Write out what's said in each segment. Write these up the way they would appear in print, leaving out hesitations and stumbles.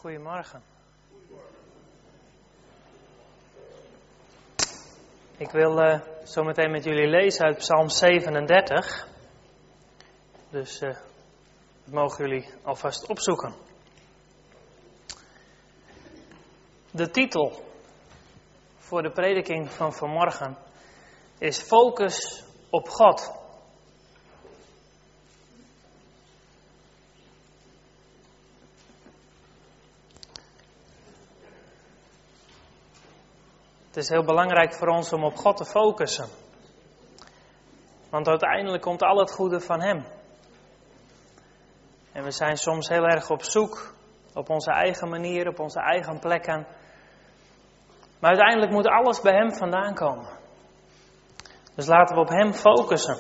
Goedemorgen. Ik wil zo meteen met jullie lezen uit Psalm 37. Dus dat mogen jullie alvast opzoeken. De titel voor de prediking van vanmorgen is Focus op God. Het is heel belangrijk voor ons om op God te focussen. Want uiteindelijk komt al het goede van Hem. En we zijn soms heel erg op zoek, op onze eigen manier, op onze eigen plekken. Maar uiteindelijk moet alles bij Hem vandaan komen. Dus laten we op Hem focussen.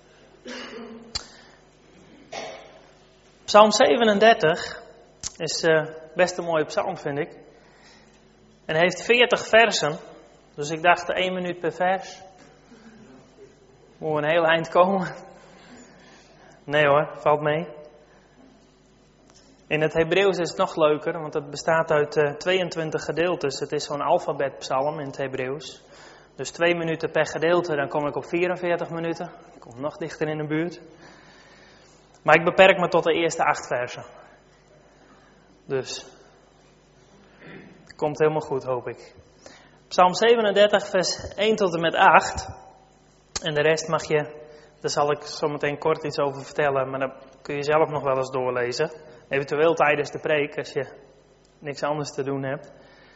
Psalm 37 is best een mooie psalm, vind ik. En heeft 40 versen. Dus ik dacht 1 minuut per vers. Moet een heel eind komen. Nee hoor, valt mee. In het Hebreeuws is het nog leuker, want het bestaat uit 22 gedeeltes. Het is zo'n alfabetpsalm in het Hebreeuws. Dus 2 minuten per gedeelte, dan kom ik op 44 minuten. Ik kom nog dichter in de buurt. Maar ik beperk me tot de eerste 8 versen. Dus het komt helemaal goed, hoop ik. Psalm 37, vers 1 tot en met 8. En de rest mag je, daar zal ik zo meteen kort iets over vertellen, maar dan kun je zelf nog wel eens doorlezen. Eventueel tijdens de preek, als je niks anders te doen hebt.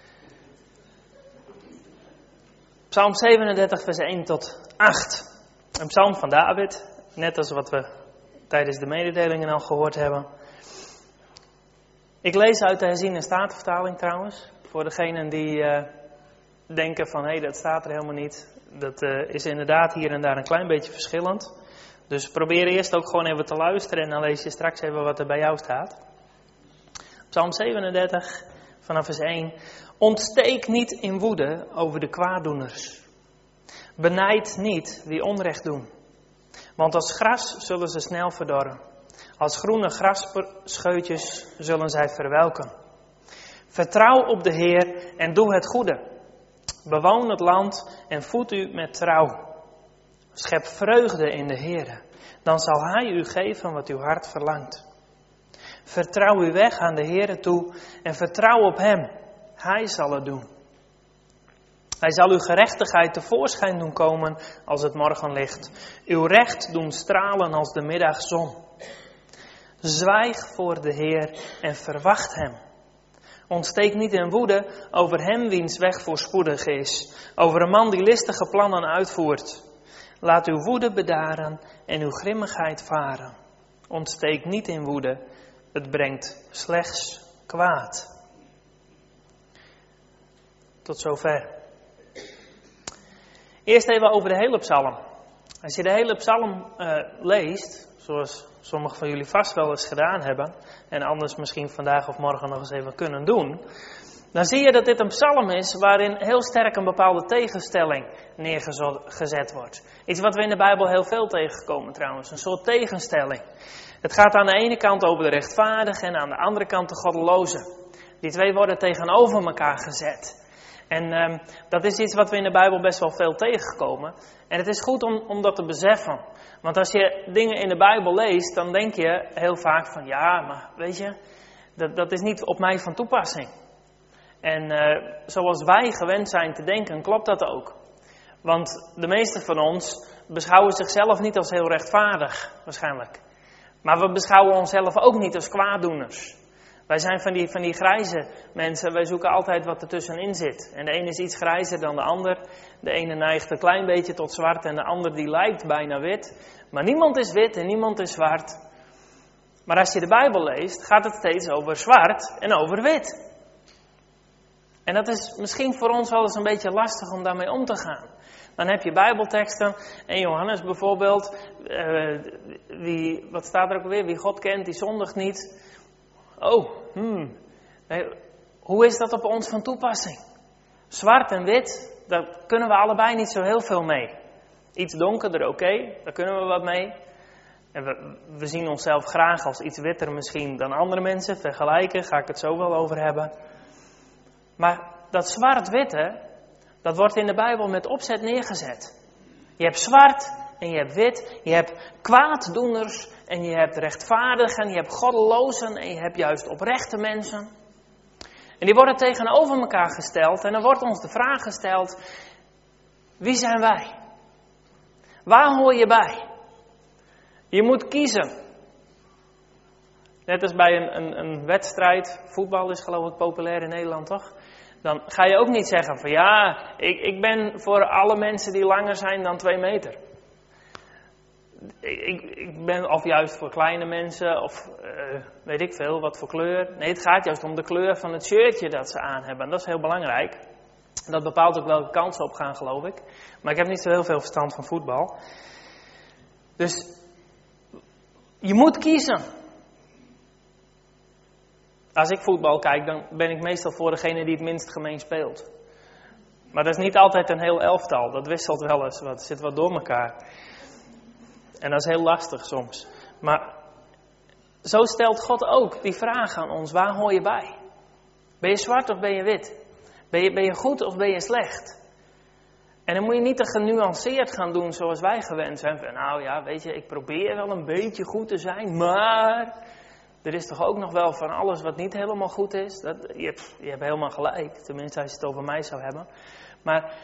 Psalm 37, vers 1 tot 8. Een psalm van David, net als wat we tijdens de mededelingen al gehoord hebben. Ik lees uit de herziene statenvertaling trouwens, voor degenen die denken van hé, dat staat er helemaal niet. Dat is inderdaad hier en daar een klein beetje verschillend. Dus probeer eerst ook gewoon even te luisteren en dan lees je straks even wat er bij jou staat. Psalm 37 vanaf vers 1. Ontsteek niet in woede over de kwaaddoeners. Benijd niet wie onrecht doen. Want als gras zullen ze snel verdorren. Als groene grasscheutjes zullen zij verwelken. Vertrouw op de Heer en doe het goede. Bewoon het land en voed u met trouw. Schep vreugde in de Heer. Dan zal Hij u geven wat uw hart verlangt. Vertrouw uw weg aan de Heer toe en vertrouw op Hem. Hij zal het doen. Hij zal uw gerechtigheid tevoorschijn doen komen als het morgenlicht. Uw recht doen stralen als de middagzon. Zwijg voor de Heer en verwacht Hem. Ontsteek niet in woede over hem wiens weg voorspoedig is. Over een man die listige plannen uitvoert. Laat uw woede bedaren en uw grimmigheid varen. Ontsteek niet in woede, het brengt slechts kwaad. Tot zover. Eerst even over de hele psalm. Als je de hele psalm leest, zoals sommigen van jullie vast wel eens gedaan hebben, en anders misschien vandaag of morgen nog eens even kunnen doen, dan zie je dat dit een psalm is waarin heel sterk een bepaalde tegenstelling neergezet wordt. Iets wat we in de Bijbel heel veel tegenkomen trouwens, een soort tegenstelling. Het gaat aan de ene kant over de rechtvaardige en aan de andere kant de goddeloze. Die twee worden tegenover elkaar gezet. En dat is iets wat we in de Bijbel best wel veel tegenkomen. En het is goed om dat te beseffen. Want als je dingen in de Bijbel leest, dan denk je heel vaak van ja, maar weet je, dat is niet op mij van toepassing. En zoals wij gewend zijn te denken, klopt dat ook. Want de meesten van ons beschouwen zichzelf niet als heel rechtvaardig, waarschijnlijk. Maar we beschouwen onszelf ook niet als kwaaddoeners. Wij zijn van die grijze mensen, wij zoeken altijd wat ertussenin zit. En de ene is iets grijzer dan de ander. De ene neigt een klein beetje tot zwart en de ander die lijkt bijna wit. Maar niemand is wit en niemand is zwart. Maar als je de Bijbel leest, gaat het steeds over zwart en over wit. En dat is misschien voor ons wel eens een beetje lastig om daarmee om te gaan. Dan heb je Bijbelteksten en Johannes bijvoorbeeld. Wat staat er ook weer? Wie God kent, die zondigt niet. Hoe is dat op ons van toepassing? Zwart en wit, daar kunnen we allebei niet zo heel veel mee. Iets donkerder, oké, daar kunnen we wat mee. En we zien onszelf graag als iets witter misschien dan andere mensen. Vergelijken, ga ik het zo wel over hebben. Maar dat zwart-witte, dat wordt in de Bijbel met opzet neergezet. Je hebt zwart en je hebt wit. Je hebt kwaaddoeners en je hebt rechtvaardigen. Je hebt goddelozen en je hebt juist oprechte mensen. En die worden tegenover elkaar gesteld. En dan wordt ons de vraag gesteld: wie zijn wij? Waar hoor je bij? Je moet kiezen. Net als bij een wedstrijd. Voetbal is geloof ik populair in Nederland, toch? Dan ga je ook niet zeggen van ja, ik ben voor alle mensen die langer zijn dan 2 meter. Ik ben of juist voor kleine mensen of weet ik veel, wat voor kleur. Nee, het gaat juist om de kleur van het shirtje dat ze aan hebben. En dat is heel belangrijk. Dat bepaalt ook welke kant ze op gaan, geloof ik. Maar ik heb niet zo heel veel verstand van voetbal. Dus je moet kiezen. Als ik voetbal kijk, dan ben ik meestal voor degene die het minst gemeen speelt. Maar dat is niet altijd een heel elftal. Dat wisselt wel eens wat. Zit wat door elkaar. En dat is heel lastig soms. Maar zo stelt God ook die vraag aan ons. Waar hoor je bij? Ben je zwart of ben je wit? Ben je goed of ben je slecht? En dan moet je niet te genuanceerd gaan doen zoals wij gewend zijn. Van, nou ja, weet je, ik probeer wel een beetje goed te zijn, maar er is toch ook nog wel van alles wat niet helemaal goed is. Je hebt helemaal gelijk, tenminste als je het over mij zou hebben. Maar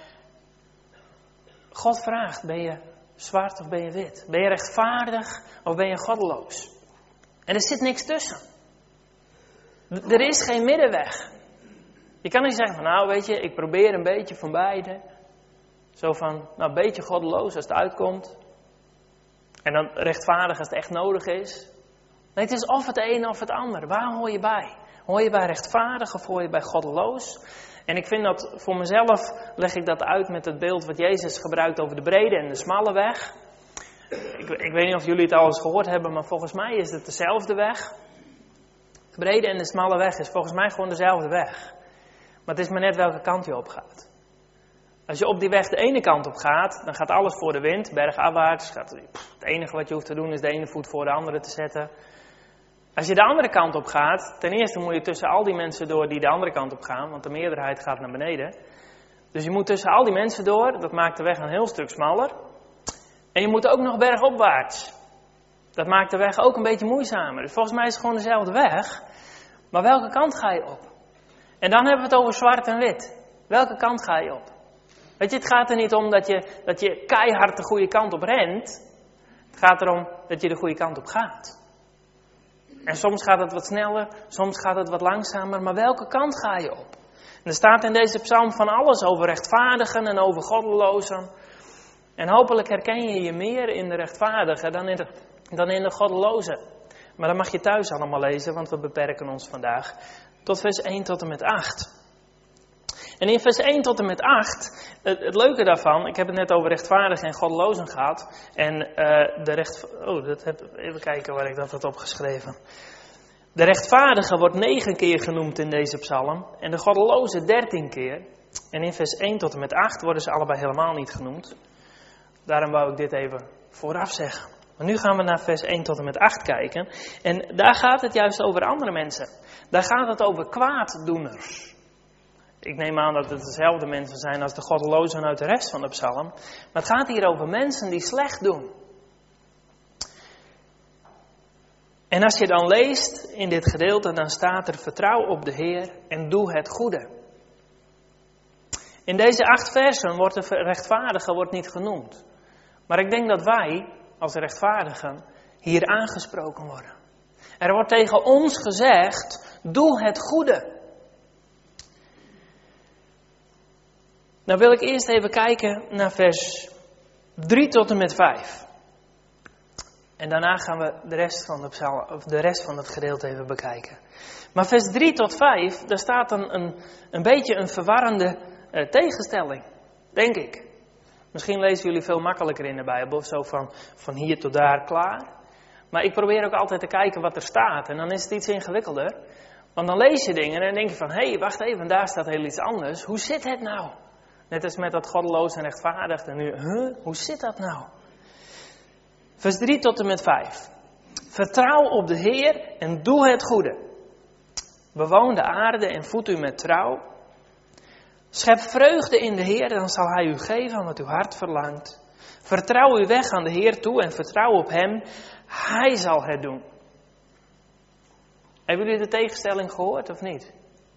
God vraagt, ben je zwart of ben je wit? Ben je rechtvaardig of ben je goddeloos? En er zit niks tussen. Er is geen middenweg. Je kan niet zeggen van, nou weet je, ik probeer een beetje van beide. Zo van, nou een beetje goddeloos als het uitkomt. En dan rechtvaardig als het echt nodig is. Nee, het is of het een of het ander. Waar hoor je bij? Hoor je bij rechtvaardig of hoor je bij goddeloos? En ik vind dat, voor mezelf leg ik dat uit met het beeld wat Jezus gebruikt over de brede en de smalle weg. Ik weet niet of jullie het al eens gehoord hebben, maar volgens mij is het dezelfde weg. De brede en de smalle weg is volgens mij gewoon dezelfde weg. Maar het is maar net welke kant je op gaat. Als je op die weg de ene kant op gaat, dan gaat alles voor de wind, bergafwaarts. Het enige wat je hoeft te doen is de ene voet voor de andere te zetten. Als je de andere kant op gaat, ten eerste moet je tussen al die mensen door die de andere kant op gaan, want de meerderheid gaat naar beneden. Dus je moet tussen al die mensen door, dat maakt de weg een heel stuk smaller. En je moet ook nog bergopwaarts. Dat maakt de weg ook een beetje moeizamer. Dus volgens mij is het gewoon dezelfde weg. Maar welke kant ga je op? En dan hebben we het over zwart en wit. Welke kant ga je op? Weet je, het gaat er niet om dat je keihard de goede kant op rent. Het gaat erom dat je de goede kant op gaat. En soms gaat het wat sneller, soms gaat het wat langzamer. Maar welke kant ga je op? En er staat in deze psalm van alles over rechtvaardigen en over goddelozen. En hopelijk herken je je meer in de rechtvaardigen dan in de goddelozen. Maar dat mag je thuis allemaal lezen, want we beperken ons vandaag tot vers 1 tot en met 8. En in vers 1 tot en met 8, het leuke daarvan, ik heb het net over rechtvaardig en goddelozen gehad. En even kijken waar ik dat had opgeschreven. De rechtvaardige wordt 9 keer genoemd in deze psalm en de goddeloze 13 keer. En in vers 1 tot en met 8 worden ze allebei helemaal niet genoemd. Daarom wou ik dit even vooraf zeggen. Maar nu gaan we naar vers 1 tot en met 8 kijken. En daar gaat het juist over andere mensen. Daar gaat het over kwaaddoeners. Ik neem aan dat het dezelfde mensen zijn als de goddelozen uit de rest van de psalm. Maar het gaat hier over mensen die slecht doen. En als je dan leest in dit gedeelte, dan staat er: vertrouw op de Heer en doe het goede. In deze 8 versen wordt de rechtvaardige niet genoemd. Maar ik denk dat wij, als rechtvaardigen, hier aangesproken worden. Er wordt tegen ons gezegd: doe het goede. Nou wil ik eerst even kijken naar vers 3 tot en met 5. En daarna gaan we de rest van het gedeelte even bekijken. Maar vers 3 tot 5, daar staat een beetje een verwarrende tegenstelling, denk ik. Misschien lezen jullie veel makkelijker in de Bijbel, zo van hier tot daar klaar. Maar ik probeer ook altijd te kijken wat er staat. En dan is het iets ingewikkelder. Want dan lees je dingen en dan denk je van: hé, wacht even, daar staat heel iets anders. Hoe zit het nou? Net als met dat goddeloos en rechtvaardig. En nu, hoe zit dat nou? Vers 3 tot en met 5. Vertrouw op de Heer en doe het goede. Bewoon de aarde en voed u met trouw. Schep vreugde in de Heer, dan zal Hij u geven wat uw hart verlangt. Vertrouw uw weg aan de Heer toe en vertrouw op Hem. Hij zal het doen. Hebben jullie de tegenstelling gehoord of niet?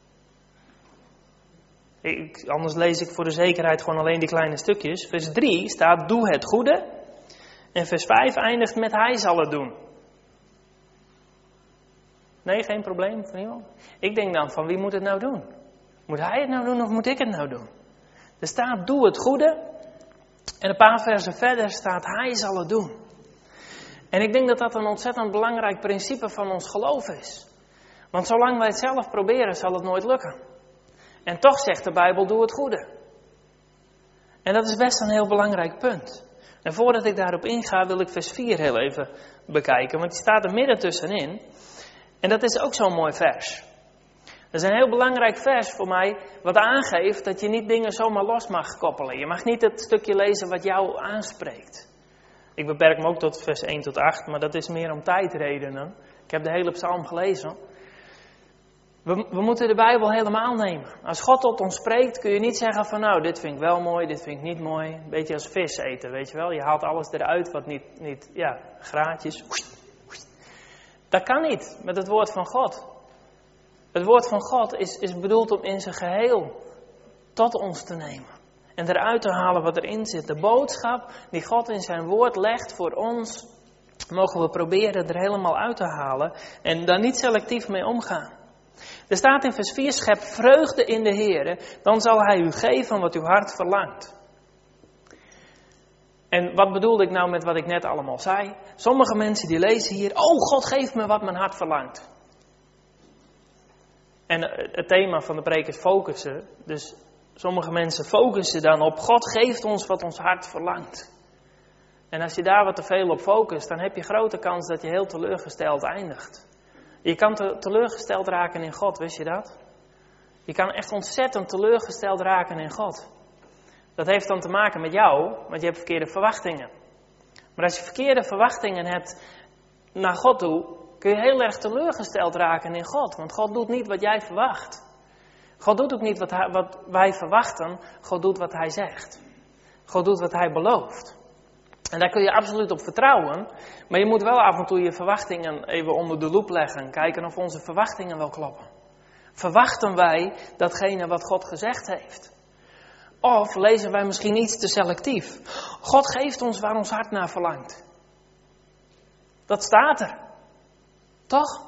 Anders lees ik voor de zekerheid gewoon alleen die kleine stukjes. Vers 3 staat, doe het goede. En vers 5 eindigt met, Hij zal het doen. Nee, geen probleem voor niemand. Ik denk dan, van wie moet het nou doen? Moet Hij het nou doen of moet ik het nou doen? Er staat, doe het goede. En een paar versen verder staat, Hij zal het doen. En ik denk dat dat een ontzettend belangrijk principe van ons geloof is. Want zolang wij het zelf proberen, zal het nooit lukken. En toch zegt de Bijbel, doe het goede. En dat is best een heel belangrijk punt. En voordat ik daarop inga, wil ik vers 4 heel even bekijken. Want die staat er midden tussenin. En dat is ook zo'n mooi vers. Dat is een heel belangrijk vers voor mij, wat aangeeft dat je niet dingen zomaar los mag koppelen. Je mag niet het stukje lezen wat jou aanspreekt. Ik beperk me ook tot vers 1 tot 8, maar dat is meer om tijdredenen. Ik heb de hele psalm gelezen. We moeten de Bijbel helemaal nemen. Als God tot ons spreekt, kun je niet zeggen van nou, dit vind ik wel mooi, dit vind ik niet mooi. Een beetje als vis eten, weet je wel. Je haalt alles eruit wat niet graatjes. Dat kan niet met het woord van God. Het woord van God is bedoeld om in zijn geheel tot ons te nemen. En eruit te halen wat erin zit. De boodschap die God in zijn woord legt voor ons, mogen we proberen er helemaal uit te halen. En daar niet selectief mee omgaan. Er staat in vers 4, schep vreugde in de Heere, dan zal Hij u geven wat uw hart verlangt. En wat bedoelde ik nou met wat ik net allemaal zei? Sommige mensen die lezen hier, oh God geeft me wat mijn hart verlangt. En het thema van de preek is focussen. Dus sommige mensen focussen dan op, God geeft ons wat ons hart verlangt. En als je daar wat te veel op focust, dan heb je grote kans dat je heel teleurgesteld eindigt. Je kan teleurgesteld raken in God, wist je dat? Je kan echt ontzettend teleurgesteld raken in God. Dat heeft dan te maken met jou, want je hebt verkeerde verwachtingen. Maar als je verkeerde verwachtingen hebt naar God toe, kun je heel erg teleurgesteld raken in God. Want God doet niet wat jij verwacht. God doet ook niet wat wij verwachten, God doet wat Hij zegt. God doet wat Hij belooft. En daar kun je absoluut op vertrouwen, maar je moet wel af en toe je verwachtingen even onder de loep leggen. Kijken of onze verwachtingen wel kloppen. Verwachten wij datgene wat God gezegd heeft? Of lezen wij misschien iets te selectief? God geeft ons waar ons hart naar verlangt. Dat staat er. Toch?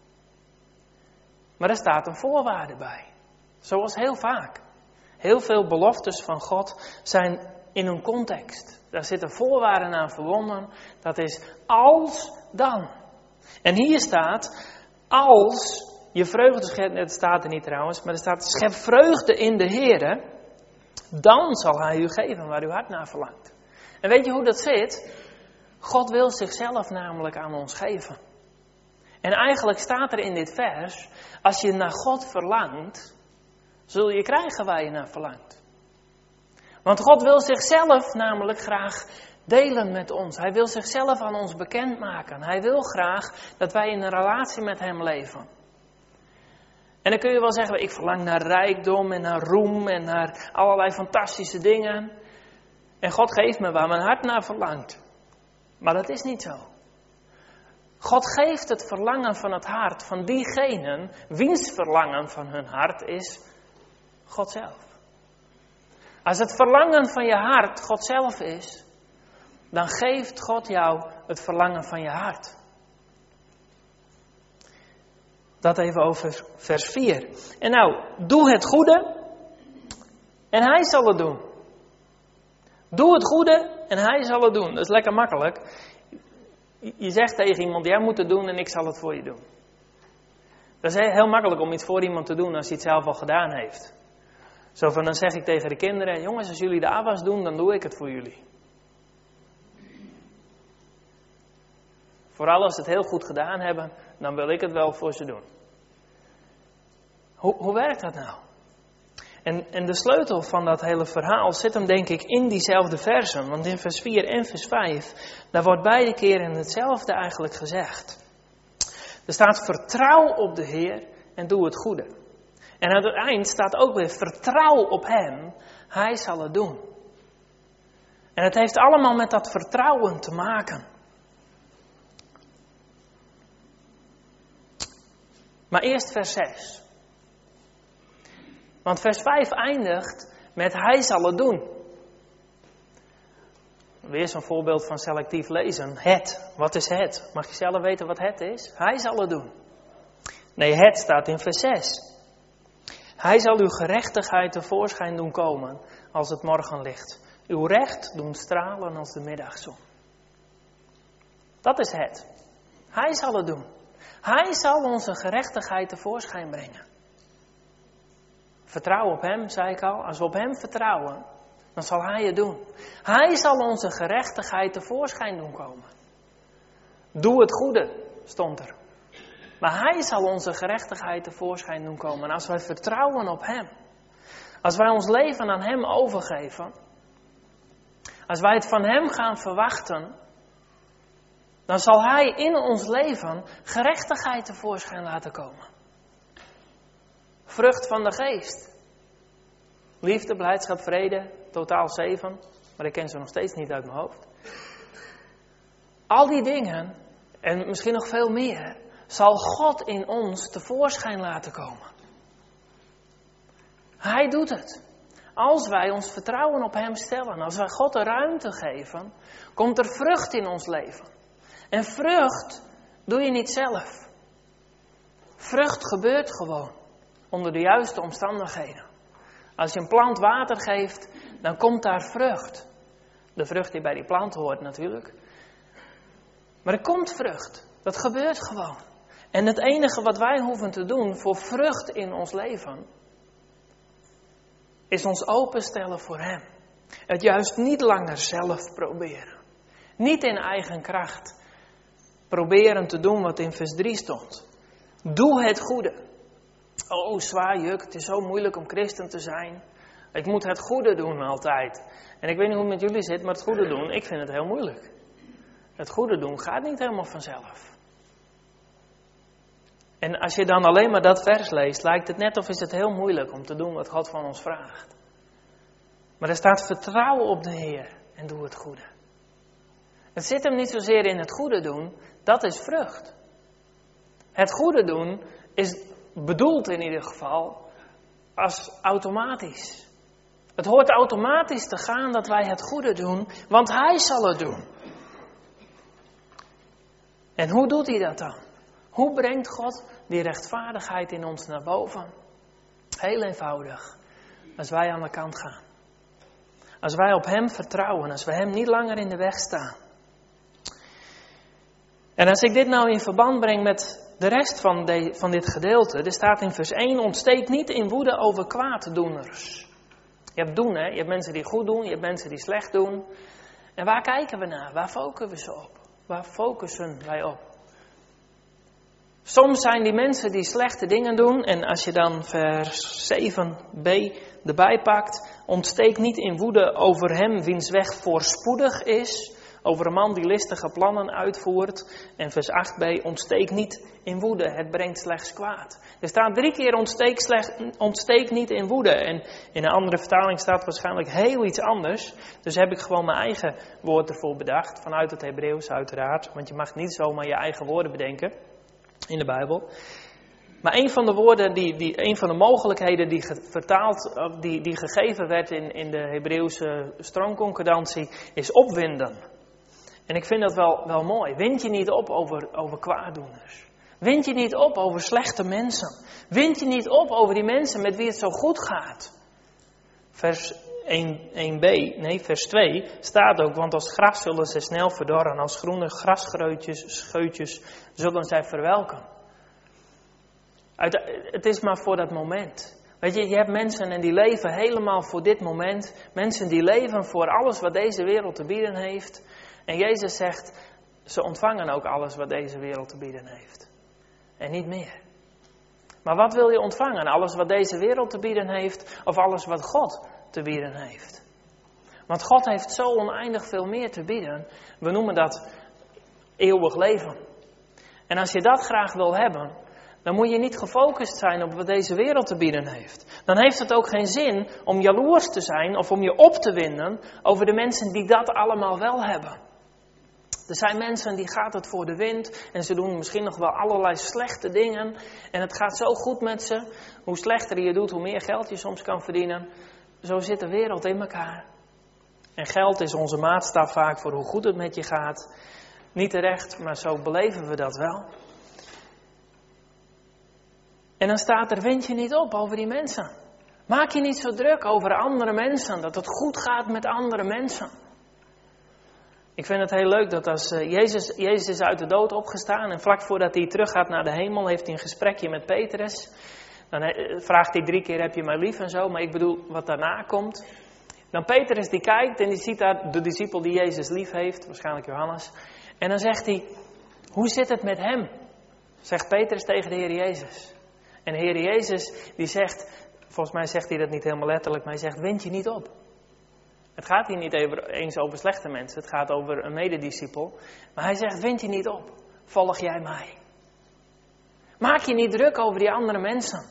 Maar er staat een voorwaarde bij. Zoals heel vaak. Heel veel beloftes van God zijn in een context. Daar zitten voorwaarden aan verbonden. Dat is als dan. En hier staat, als je vreugde schept, het staat er niet trouwens, maar er staat, schep vreugde in de Heere, dan zal Hij u geven waar uw hart naar verlangt. En weet je hoe dat zit? God wil zichzelf namelijk aan ons geven. En eigenlijk staat er in dit vers, als je naar God verlangt, zul je krijgen waar je naar verlangt. Want God wil zichzelf namelijk graag delen met ons. Hij wil zichzelf aan ons bekendmaken. Hij wil graag dat wij in een relatie met Hem leven. En dan kun je wel zeggen, ik verlang naar rijkdom en naar roem en naar allerlei fantastische dingen. En God geeft me waar mijn hart naar verlangt. Maar dat is niet zo. God geeft het verlangen van het hart van diegenen, wiens verlangen van hun hart is God zelf. Als het verlangen van je hart God zelf is, dan geeft God jou het verlangen van je hart. Dat even over vers 4. En nou, doe het goede en Hij zal het doen. Doe het goede en Hij zal het doen. Dat is lekker makkelijk. Je zegt tegen iemand, jij moet het doen en ik zal het voor je doen. Dat is heel makkelijk om iets voor iemand te doen als hij het zelf al gedaan heeft. Zo van, dan zeg ik tegen de kinderen, jongens, als jullie de afwas doen, dan doe ik het voor jullie. Vooral als ze het heel goed gedaan hebben, dan wil ik het wel voor ze doen. Hoe werkt dat nou? En de sleutel van dat hele verhaal zit hem denk ik in diezelfde versen. Want in vers 4 en vers 5, daar wordt beide keren hetzelfde eigenlijk gezegd. Er staat vertrouw op de Heer en doe het goede. En aan het eind staat ook weer vertrouw op Hem, Hij zal het doen. En het heeft allemaal met dat vertrouwen te maken. Maar eerst vers 6. Want vers 5 eindigt met Hij zal het doen. Weer zo'n voorbeeld van selectief lezen. Het. Wat is het? Mag je zelf weten wat het is? Hij zal het doen. Nee, het staat in vers 6. Hij zal uw gerechtigheid tevoorschijn doen komen als het morgenlicht. Uw recht doen stralen als de middagzon. Dat is het. Hij zal het doen. Hij zal onze gerechtigheid tevoorschijn brengen. Vertrouw op Hem, zei ik al. Als we op Hem vertrouwen, dan zal Hij het doen. Hij zal onze gerechtigheid tevoorschijn doen komen. Doe het goede, stond er. Maar Hij zal onze gerechtigheid tevoorschijn doen komen. En als wij vertrouwen op Hem, als wij ons leven aan Hem overgeven, als wij het van Hem gaan verwachten, dan zal Hij in ons leven gerechtigheid tevoorschijn laten komen. Vrucht van de geest. Liefde, blijdschap, vrede, totaal 7. Maar ik ken ze nog steeds niet uit mijn hoofd. Al die dingen, en misschien nog veel meer, zal God in ons tevoorschijn laten komen. Hij doet het. Als wij ons vertrouwen op Hem stellen, als wij God de ruimte geven, komt er vrucht in ons leven. En vrucht doe je niet zelf. Vrucht gebeurt gewoon onder de juiste omstandigheden. Als je een plant water geeft, dan komt daar vrucht. De vrucht die bij die plant hoort natuurlijk. Maar er komt vrucht. Dat gebeurt gewoon. En het enige wat wij hoeven te doen voor vrucht in ons leven, is ons openstellen voor Hem. Het juist niet langer zelf proberen. Niet in eigen kracht proberen te doen wat in vers 3 stond. Doe het goede. Oh, zwaar juk, het is zo moeilijk om christen te zijn. Ik moet het goede doen altijd. En ik weet niet hoe het met jullie zit, maar het goede doen, ik vind het heel moeilijk. Het goede doen gaat niet helemaal vanzelf. En als je dan alleen maar dat vers leest, lijkt het net of is het heel moeilijk om te doen wat God van ons vraagt. Maar er staat vertrouwen op de Heer en doe het goede. Het zit hem niet zozeer in het goede doen, dat is vrucht. Het goede doen is bedoeld in ieder geval als automatisch. Het hoort automatisch te gaan dat wij het goede doen, want Hij zal het doen. En hoe doet Hij dat dan? Hoe brengt God die rechtvaardigheid in ons naar boven? Heel eenvoudig. Als wij aan de kant gaan. Als wij op Hem vertrouwen. Als we Hem niet langer in de weg staan. En als ik dit nou in verband breng met de rest van dit gedeelte. Er staat in vers 1. Ontsteek niet in woede over kwaaddoeners. Je hebt doen, hè. Je hebt mensen die goed doen. Je hebt mensen die slecht doen. En waar kijken we naar? Waar focussen we op? Waar focussen wij op? Soms zijn die mensen die slechte dingen doen, en als je dan vers 7b erbij pakt, ontsteek niet in woede over hem wiens weg voorspoedig is, over een man die listige plannen uitvoert. En vers 8b, ontsteek niet in woede, het brengt slechts kwaad. Er staat 3 keer ontsteek niet in woede. En in een andere vertaling staat waarschijnlijk heel iets anders. Dus heb ik gewoon mijn eigen woord ervoor bedacht, vanuit het Hebreeuws uiteraard. Want je mag niet zomaar je eigen woorden bedenken in de Bijbel. Maar een van de woorden, een van de mogelijkheden die gegeven werd in de Hebreeuwse stroomconcordantie, is opwinden. En ik vind dat wel mooi. Wind je niet op over kwaaddoeners. Wind je niet op over slechte mensen. Wind je niet op over die mensen met wie het zo goed gaat. Vers vers 2 staat ook, want als gras zullen ze snel verdorren, als groene grasscheutjes zullen zij verwelken. Het is maar voor dat moment. Weet je hebt mensen en die leven helemaal voor dit moment. Mensen die leven voor alles wat deze wereld te bieden heeft. En Jezus zegt, ze ontvangen ook alles wat deze wereld te bieden heeft. En niet meer. Maar wat wil je ontvangen? Alles wat deze wereld te bieden heeft of alles wat God te bieden heeft? Want God heeft zo oneindig veel meer te bieden. We noemen dat eeuwig leven. En als je dat graag wil hebben, dan moet je niet gefocust zijn op wat deze wereld te bieden heeft. Dan heeft het ook geen zin om jaloers te zijn of om je op te winden over de mensen die dat allemaal wel hebben. Er zijn mensen die gaat het voor de wind en ze doen misschien nog wel allerlei slechte dingen. En het gaat zo goed met ze. Hoe slechter je doet, hoe meer geld je soms kan verdienen. Zo zit de wereld in elkaar. En geld is onze maatstaf vaak voor hoe goed het met je gaat. Niet terecht, maar zo beleven we dat wel. En dan staat er, wind je niet op over die mensen. Maak je niet zo druk over andere mensen, dat het goed gaat met andere mensen. Ik vind het heel leuk dat als Jezus is uit de dood opgestaan en vlak voordat hij teruggaat naar de hemel, heeft hij een gesprekje met Petrus. Dan vraagt hij 3 keer, heb je mij lief en zo, maar ik bedoel wat daarna komt. Dan Petrus die kijkt en die ziet daar de discipel die Jezus lief heeft, waarschijnlijk Johannes. En dan zegt hij, hoe zit het met hem? Zegt Petrus tegen de Heer Jezus. En de Heer Jezus die zegt, volgens mij zegt hij dat niet helemaal letterlijk, maar hij zegt, wind je niet op. Het gaat hier niet eens over slechte mensen, het gaat over een medediscipel. Maar hij zegt, wind je niet op, volg jij mij. Maak je niet druk over die andere mensen.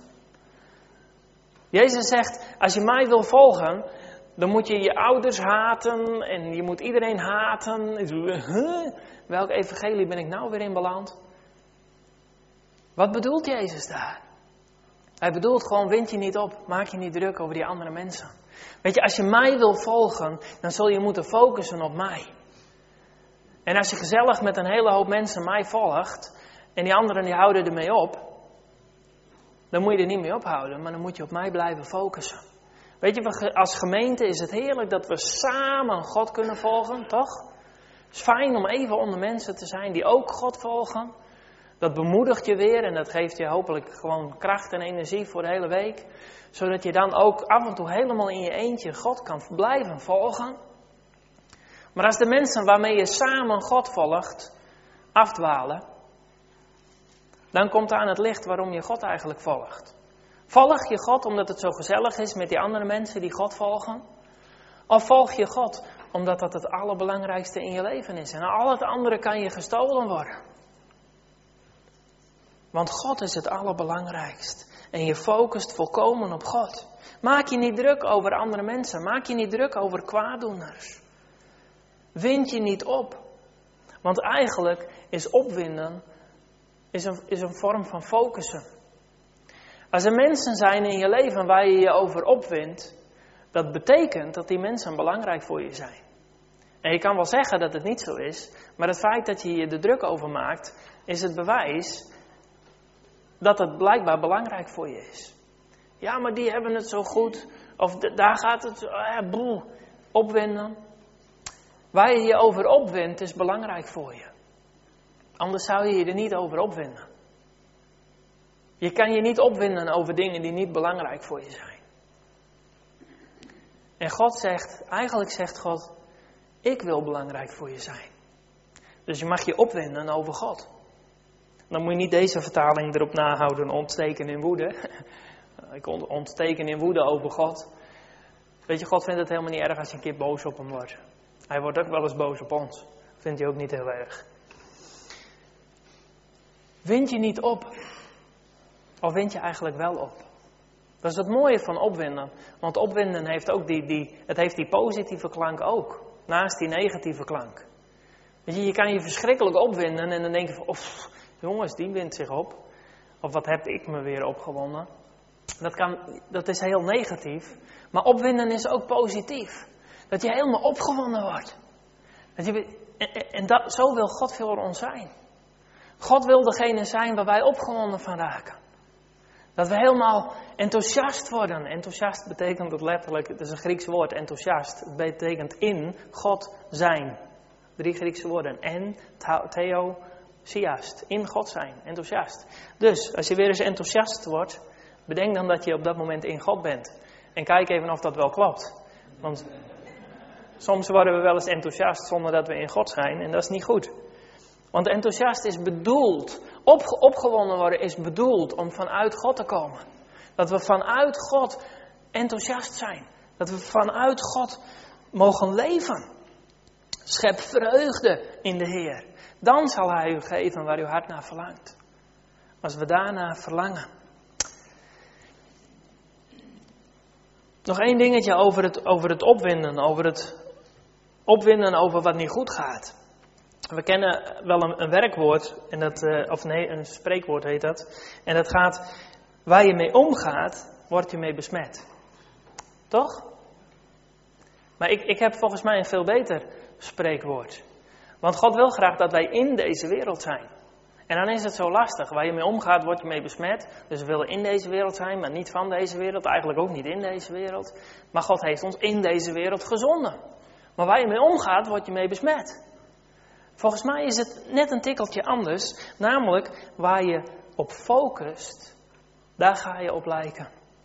Jezus zegt, als je mij wil volgen, dan moet je je ouders haten en je moet iedereen haten. Welk evangelie ben ik nou weer in beland? Wat bedoelt Jezus daar? Hij bedoelt gewoon, wind je niet op, maak je niet druk over die andere mensen. Weet je, als je mij wil volgen, dan zul je moeten focussen op mij. En als je gezellig met een hele hoop mensen mij volgt, en die anderen die houden ermee op, dan moet je er niet mee ophouden, maar dan moet je op mij blijven focussen. Weet je, als gemeente is het heerlijk dat we samen God kunnen volgen, toch? Het is fijn om even onder mensen te zijn die ook God volgen. Dat bemoedigt je weer en dat geeft je hopelijk gewoon kracht en energie voor de hele week. Zodat je dan ook af en toe helemaal in je eentje God kan blijven volgen. Maar als de mensen waarmee je samen God volgt afdwalen, dan komt aan het licht waarom je God eigenlijk volgt. Volg je God omdat het zo gezellig is met die andere mensen die God volgen? Of volg je God omdat dat het allerbelangrijkste in je leven is en al het andere kan je gestolen worden? Want God is het allerbelangrijkst. En je focust volkomen op God. Maak je niet druk over andere mensen. Maak je niet druk over kwaaddoeners. Wind je niet op. Want eigenlijk is opwinden is een vorm van focussen. Als er mensen zijn in je leven waar je je over opwindt, dat betekent dat die mensen belangrijk voor je zijn. En je kan wel zeggen dat het niet zo is, maar het feit dat je je er druk over maakt, is het bewijs dat het blijkbaar belangrijk voor je is. Ja, maar die hebben het zo goed. Of daar gaat het opwinden. Waar je je over opwindt is belangrijk voor je. Anders zou je je er niet over opwinden. Je kan je niet opwinden over dingen die niet belangrijk voor je zijn. En eigenlijk zegt God, ik wil belangrijk voor je zijn. Dus je mag je opwinden over God. Dan moet je niet deze vertaling erop nahouden, ontsteken in woede. Ik ontsteken in woede over God. Weet je, God vindt het helemaal niet erg als je een keer boos op hem wordt. Hij wordt ook wel eens boos op ons. Vindt hij ook niet heel erg. Wind je niet op? Of wind je eigenlijk wel op? Dat is het mooie van opwinden. Want opwinden heeft ook die positieve klank ook. Naast die negatieve klank. Weet je kan je verschrikkelijk opwinden en dan denk je van, jongens, die wint zich op. Of wat heb ik me weer opgewonden. Dat is heel negatief. Maar opwinden is ook positief. Dat je helemaal opgewonden wordt. Zo wil God voor ons zijn. God wil degene zijn waar wij opgewonden van raken. Dat we helemaal enthousiast worden. Enthousiast betekent het letterlijk, het is een Grieks woord, enthousiast. Het betekent in God zijn. 3 Griekse woorden. En, theo, siast. In God zijn, enthousiast. Dus, als je weer eens enthousiast wordt, bedenk dan dat je op dat moment in God bent. En kijk even of dat wel klopt. Want soms worden we wel eens enthousiast zonder dat we in God zijn. En dat is niet goed. Want enthousiast is bedoeld Opgewonden worden is bedoeld om vanuit God te komen. Dat we vanuit God enthousiast zijn. Dat we vanuit God mogen leven. Schep vreugde in de Heer. Dan zal Hij u geven waar uw hart naar verlangt. Als we daarna verlangen. Nog één dingetje over het opwinden. Over het opwinden over wat niet goed gaat. We kennen wel een werkwoord, een spreekwoord heet dat. En dat gaat, waar je mee omgaat, word je mee besmet. Toch? Maar ik heb volgens mij een veel beter spreekwoord. Want God wil graag dat wij in deze wereld zijn. En dan is het zo lastig. Waar je mee omgaat, word je mee besmet. Dus we willen in deze wereld zijn, maar niet van deze wereld. Eigenlijk ook niet in deze wereld. Maar God heeft ons in deze wereld gezonden. Maar waar je mee omgaat, word je mee besmet. Volgens mij is het net een tikkeltje anders. Namelijk, waar je op focust, daar ga je op lijken.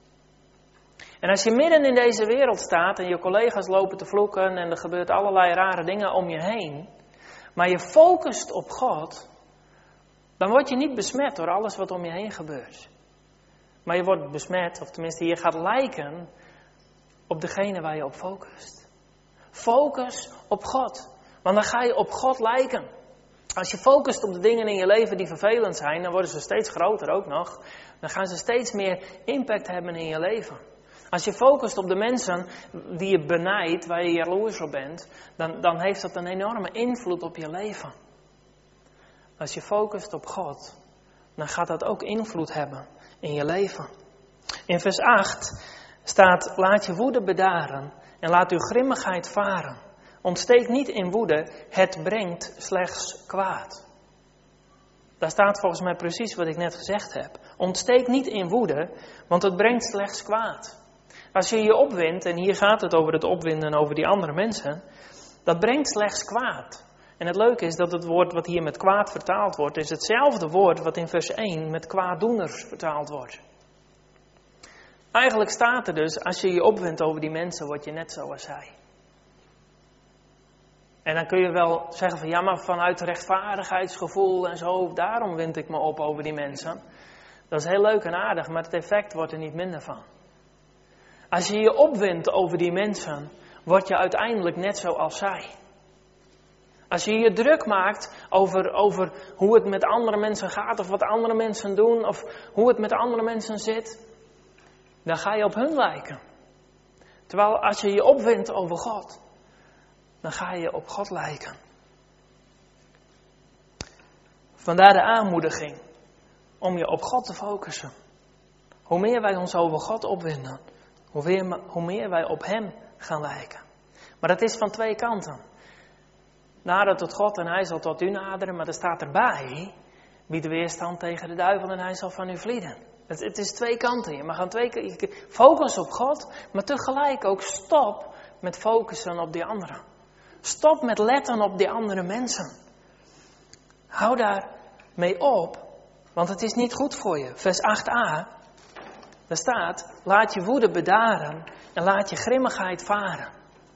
En als je midden in deze wereld staat en je collega's lopen te vloeken en er gebeurt allerlei rare dingen om je heen, maar je focust op God, dan word je niet besmet door alles wat om je heen gebeurt. Maar je wordt besmet, of tenminste je gaat lijken op degene waar je op focust. Focus op God, want dan ga je op God lijken. Als je focust op de dingen in je leven die vervelend zijn, dan worden ze steeds groter ook nog. Dan gaan ze steeds meer impact hebben in je leven. Als je focust op de mensen die je benijdt, waar je jaloers op bent, dan heeft dat een enorme invloed op je leven. Als je focust op God, dan gaat dat ook invloed hebben in je leven. In vers 8 staat, laat je woede bedaren en laat uw grimmigheid varen. Ontsteek niet in woede, het brengt slechts kwaad. Daar staat volgens mij precies wat ik net gezegd heb. Ontsteek niet in woede, want het brengt slechts kwaad. Als je je opwindt, en hier gaat het over het opwinden over die andere mensen, dat brengt slechts kwaad. En het leuke is dat het woord wat hier met kwaad vertaald wordt, is hetzelfde woord wat in vers 1 met kwaaddoeners vertaald wordt. Eigenlijk staat er dus, als je je opwindt over die mensen, word je net zoals zij. En dan kun je wel zeggen van ja, maar vanuit rechtvaardigheidsgevoel en zo, daarom wind ik me op over die mensen. Dat is heel leuk en aardig, maar het effect wordt er niet minder van. Als je je opwindt over die mensen, word je uiteindelijk net zoals zij. Als je je druk maakt over hoe het met andere mensen gaat, of wat andere mensen doen, of hoe het met andere mensen zit, dan ga je op hun lijken. Terwijl als je je opwindt over God, dan ga je op God lijken. Vandaar de aanmoediging om je op God te focussen. Hoe meer wij ons over God opwinden, hoe meer wij op Hem gaan lijken. Maar dat is van twee kanten. Nader tot God en Hij zal tot u naderen, maar er staat erbij, bied weerstand tegen de duivel en hij zal van u vlieden. Het is twee kanten. Je mag aan twee kanten focus op God, maar tegelijk ook stop met focussen op die anderen. Stop met letten op die andere mensen. Hou daar mee op, want het is niet goed voor je. Vers 8a, daar staat, laat je woede bedaren en laat je grimmigheid varen.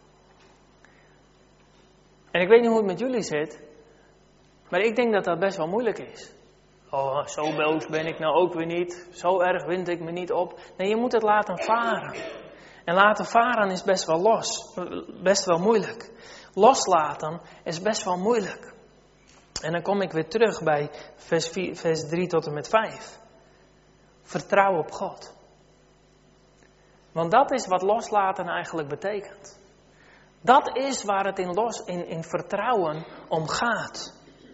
En ik weet niet hoe het met jullie zit, maar ik denk dat dat best wel moeilijk is. Oh, zo boos ben ik nou ook weer niet. Zo erg wind ik me niet op. Nee, je moet het laten varen. En laten varen is best wel moeilijk. Loslaten is best wel moeilijk. En dan kom ik weer terug bij vers 3 tot en met 5. Vertrouw op God. Want dat is wat loslaten eigenlijk betekent. Dat is waar het in vertrouwen om gaat.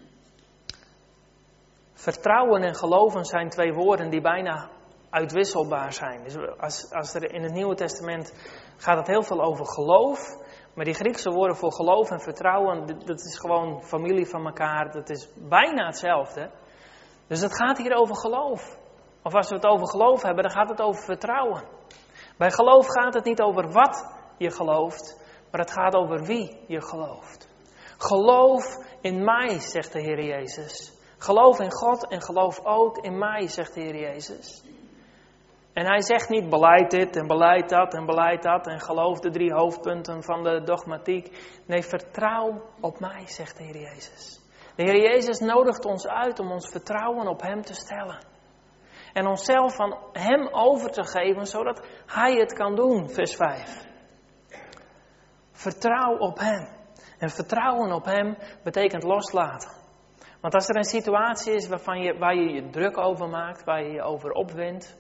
Vertrouwen en geloven zijn twee woorden die bijna uitwisselbaar zijn. Dus als er in het Nieuwe Testament gaat het heel veel over geloof. Maar die Griekse woorden voor geloof en vertrouwen, dat is gewoon familie van elkaar. Dat is bijna hetzelfde. Dus het gaat hier over geloof. Of als we het over geloof hebben, dan gaat het over vertrouwen. Bij geloof gaat het niet over wat je gelooft, maar het gaat over wie je gelooft. Geloof in mij, zegt de Heer Jezus. Geloof in God en geloof ook in mij, zegt de Heer Jezus. En hij zegt niet beleid dit en beleid dat en beleid dat en geloof de 3 hoofdpunten van de dogmatiek. Nee, vertrouw op mij, zegt de Heer Jezus. De Heer Jezus nodigt ons uit om ons vertrouwen op Hem te stellen. En onszelf aan Hem over te geven, zodat Hij het kan doen, vers 5. Vertrouw op Hem. En vertrouwen op Hem betekent loslaten. Want als er een situatie is waar je je druk over maakt, waar je je over opwindt,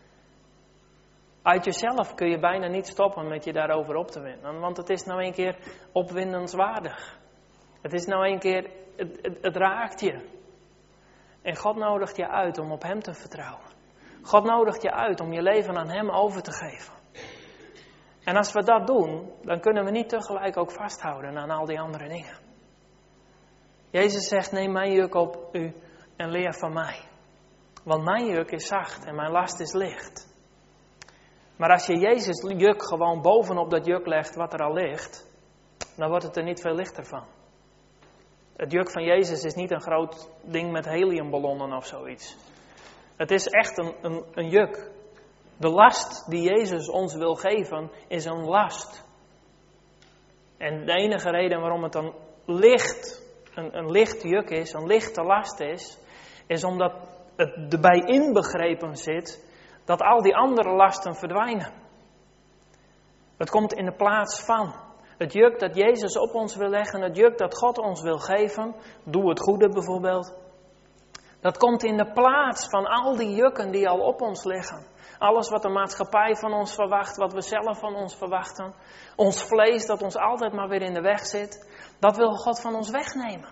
uit jezelf kun je bijna niet stoppen met je daarover op te winden. Want het is nou een keer opwindenswaardig. Het is nou een keer, het raakt je. En God nodigt je uit om op Hem te vertrouwen. God nodigt je uit om je leven aan Hem over te geven. En als we dat doen, dan kunnen we niet tegelijk ook vasthouden aan al die andere dingen. Jezus zegt, neem mijn juk op u en leer van mij. Want mijn juk is zacht en mijn last is licht. Maar als je Jezus' juk gewoon bovenop dat juk legt wat er al ligt, dan wordt het er niet veel lichter van. Het juk van Jezus is niet een groot ding met heliumballonnen of zoiets. Het is echt een juk. De last die Jezus ons wil geven is een last. En de enige reden waarom het dan licht, een licht juk is, een lichte last is omdat het erbij inbegrepen zit dat al die andere lasten verdwijnen. Het komt in de plaats van. Het juk dat Jezus op ons wil leggen, het juk dat God ons wil geven, doe het goede bijvoorbeeld. Dat komt in de plaats van al die jukken die al op ons liggen. Alles wat de maatschappij van ons verwacht, wat we zelf van ons verwachten. Ons vlees dat ons altijd maar weer in de weg zit. Dat wil God van ons wegnemen.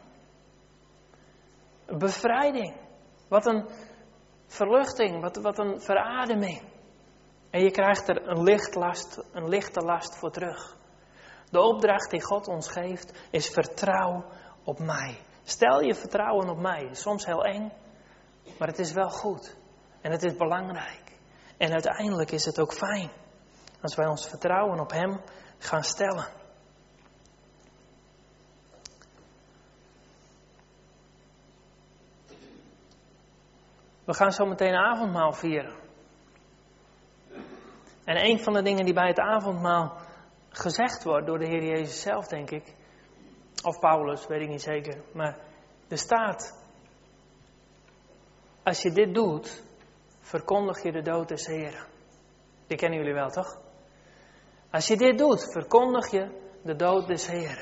Bevrijding. Wat een verluchting, wat een verademing. En je krijgt er een lichte last voor terug. De opdracht die God ons geeft is vertrouw op mij. Stel je vertrouwen op mij. Soms heel eng, maar het is wel goed. En het is belangrijk. En uiteindelijk is het ook fijn als wij ons vertrouwen op Hem gaan stellen. We gaan zo meteen avondmaal vieren. En een van de dingen die bij het avondmaal gezegd wordt door de Heer Jezus zelf, denk ik, of Paulus, weet ik niet zeker, maar er staat, als je dit doet, verkondig je de dood des Heren. Die kennen jullie wel, toch? Als je dit doet, verkondig je de dood des Heren.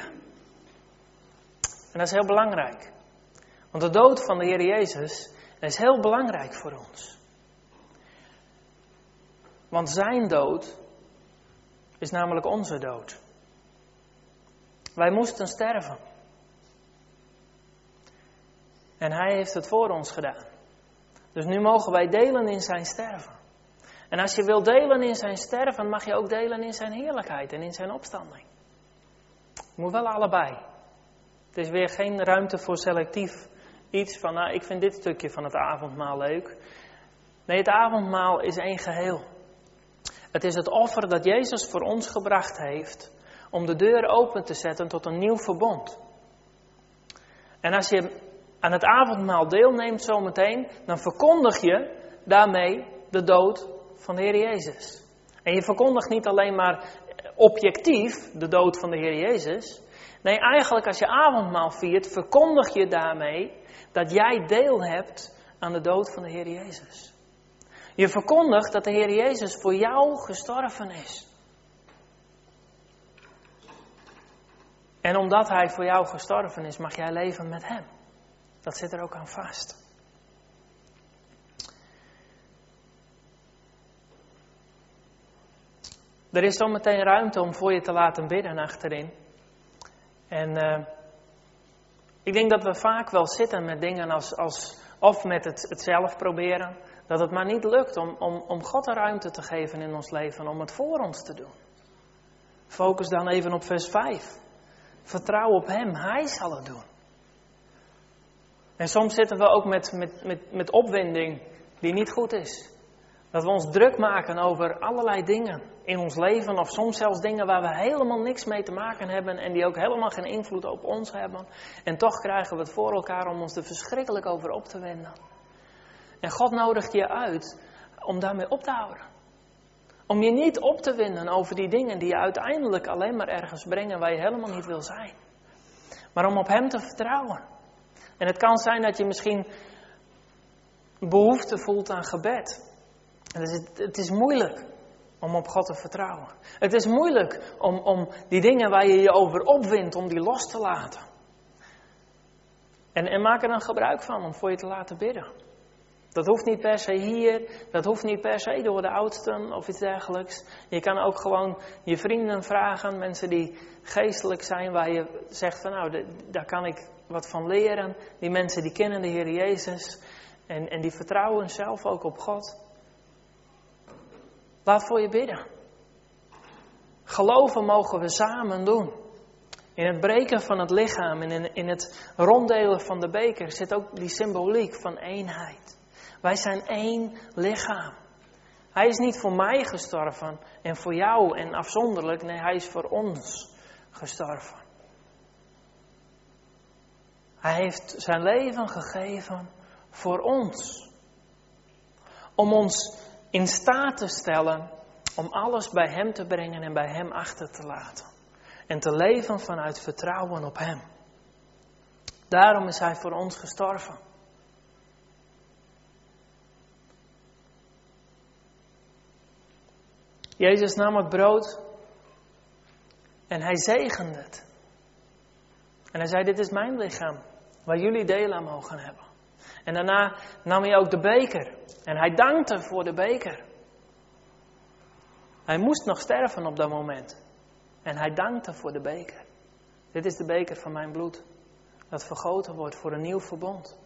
En dat is heel belangrijk. Want de dood van de Heer Jezus is heel belangrijk voor ons. Want zijn dood is namelijk onze dood. Wij moesten sterven. En Hij heeft het voor ons gedaan. Dus nu mogen wij delen in zijn sterven. En als je wilt delen in zijn sterven, mag je ook delen in zijn heerlijkheid en in zijn opstanding. Moet wel allebei. Het is weer geen ruimte voor selectief iets van, ik vind dit stukje van het avondmaal leuk. Nee, het avondmaal is één geheel. Het is het offer dat Jezus voor ons gebracht heeft om de deur open te zetten tot een nieuw verbond. En als je aan het avondmaal deelneemt zometeen, dan verkondig je daarmee de dood van de Heer Jezus. En je verkondigt niet alleen maar objectief de dood van de Heer Jezus. Nee, eigenlijk als je avondmaal viert, verkondig je daarmee dat jij deel hebt aan de dood van de Heer Jezus. Je verkondigt dat de Heer Jezus voor jou gestorven is. En omdat Hij voor jou gestorven is, mag jij leven met Hem. Dat zit er ook aan vast. Er is zometeen ruimte om voor je te laten bidden achterin. En ik denk dat we vaak wel zitten met dingen of met het zelf proberen. Dat het maar niet lukt om God de ruimte te geven in ons leven, om het voor ons te doen. Focus dan even op vers 5. Vertrouw op Hem, Hij zal het doen. En soms zitten we ook met opwinding die niet goed is. Dat we ons druk maken over allerlei dingen in ons leven. Of soms zelfs dingen waar we helemaal niks mee te maken hebben. En die ook helemaal geen invloed op ons hebben. En toch krijgen we het voor elkaar om ons er verschrikkelijk over op te winden. En God nodigt je uit om daarmee op te houden. Om je niet op te winden over die dingen die je uiteindelijk alleen maar ergens brengen waar je helemaal niet wil zijn. Maar om op Hem te vertrouwen. En het kan zijn dat je misschien behoefte voelt aan gebed. En het is moeilijk om op God te vertrouwen. Het is moeilijk om die dingen waar je je over opwindt, om die los te laten. En maak er dan gebruik van om voor je te laten bidden. Dat hoeft niet per se hier, dat hoeft niet per se door de oudsten of iets dergelijks. Je kan ook gewoon je vrienden vragen, mensen die geestelijk zijn, waar je zegt van nou, daar kan ik wat van leren. Die mensen die kennen de Heer Jezus en die vertrouwen zelf ook op God. Laat voor je bidden. Geloven mogen we samen doen. In het breken van het lichaam en in het ronddelen van de beker zit ook die symboliek van eenheid. Wij zijn één lichaam. Hij is niet voor mij gestorven en voor jou en afzonderlijk. Nee, hij is voor ons gestorven. Hij heeft zijn leven gegeven voor ons. Om ons in staat te stellen om alles bij hem te brengen en bij hem achter te laten. En te leven vanuit vertrouwen op hem. Daarom is hij voor ons gestorven. Jezus nam het brood en hij zegende het. En hij zei, dit is mijn lichaam, waar jullie deel aan mogen hebben. En daarna nam hij ook de beker en hij dankte voor de beker. Hij moest nog sterven op dat moment. En hij dankte voor de beker. Dit is de beker van mijn bloed, dat vergoten wordt voor een nieuw verbond.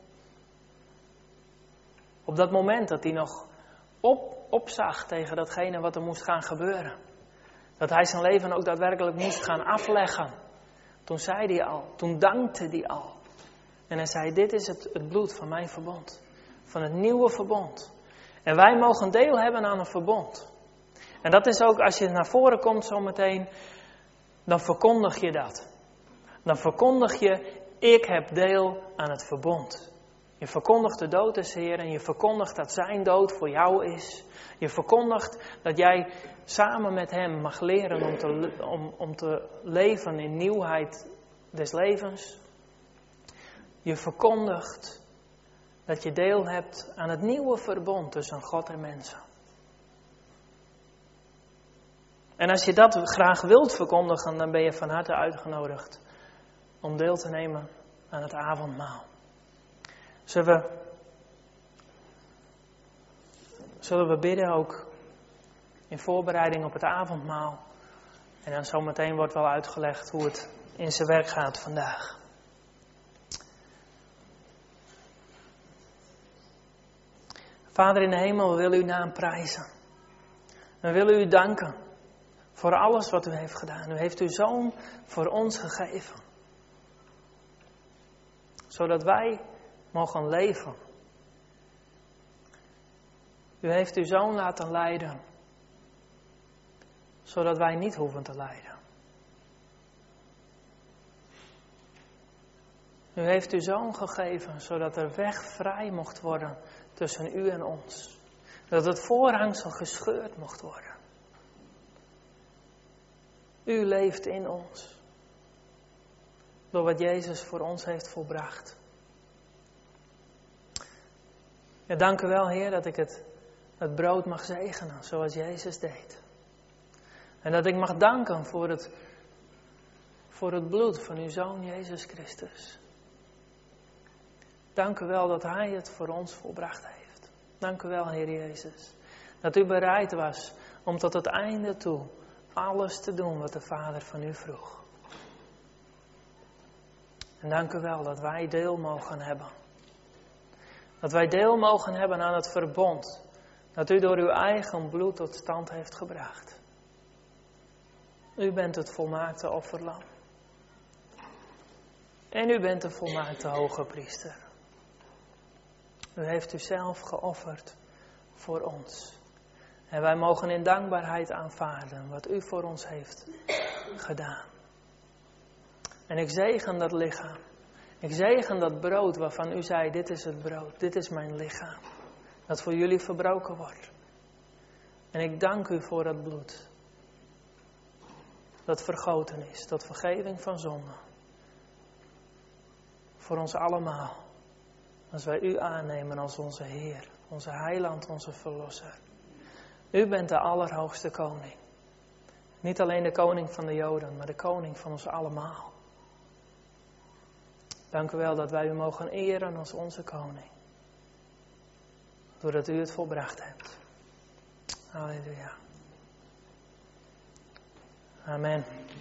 Op dat moment dat hij nog opzag tegen datgene wat er moest gaan gebeuren. Dat hij zijn leven ook daadwerkelijk moest gaan afleggen. Toen zei hij al, toen dankte hij al. En hij zei, dit is het bloed van mijn verbond. Van het nieuwe verbond. En wij mogen deel hebben aan een verbond. En dat is ook, als je naar voren komt zometeen, dan verkondig je dat. Dan verkondig je, ik heb deel aan het verbond. Je verkondigt de dood des Heeren en je verkondigt dat zijn dood voor jou is. Je verkondigt dat jij samen met hem mag leren om te leven in nieuwheid des levens. Je verkondigt dat je deel hebt aan het nieuwe verbond tussen God en mensen. En als je dat graag wilt verkondigen, dan ben je van harte uitgenodigd om deel te nemen aan het avondmaal. Zullen we bidden ook in voorbereiding op het avondmaal. En dan zometeen wordt wel uitgelegd hoe het in zijn werk gaat vandaag. Vader in de hemel, we willen uw naam prijzen. We willen u danken voor alles wat u heeft gedaan. U heeft uw zoon voor ons gegeven. Zodat wij mogen leven. U heeft uw zoon laten lijden. Zodat wij niet hoeven te lijden. U heeft uw zoon gegeven, zodat er weg vrij mocht worden tussen u en ons. Dat het voorhangsel gescheurd mocht worden. U leeft in ons. Door wat Jezus voor ons heeft volbracht. Ja, dank u wel, Heer, dat ik het brood mag zegenen, zoals Jezus deed. En dat ik mag danken voor het bloed van uw Zoon Jezus Christus. Dank u wel dat Hij het voor ons volbracht heeft. Dank u wel, Heer Jezus, dat u bereid was om tot het einde toe alles te doen wat de Vader van u vroeg. En dank u wel dat wij deel mogen hebben. Dat wij deel mogen hebben aan het verbond dat u door uw eigen bloed tot stand heeft gebracht. U bent het volmaakte offerlam. En u bent de volmaakte hoge priester. U heeft uzelf geofferd voor ons. En wij mogen in dankbaarheid aanvaarden wat u voor ons heeft gedaan. En ik zegen dat lichaam. Ik zegen dat brood waarvan u zei, dit is het brood, dit is mijn lichaam. Dat voor jullie verbroken wordt. En ik dank u voor dat bloed. Dat vergoten is tot vergeving van zonde. voor ons allemaal. Als wij u aannemen als onze Heer, onze Heiland, onze Verlosser. U bent de allerhoogste koning. Niet alleen de koning van de Joden, maar de koning van ons allemaal. Dank u wel dat wij u mogen eren als onze koning. Doordat u het volbracht hebt. Halleluja. Amen.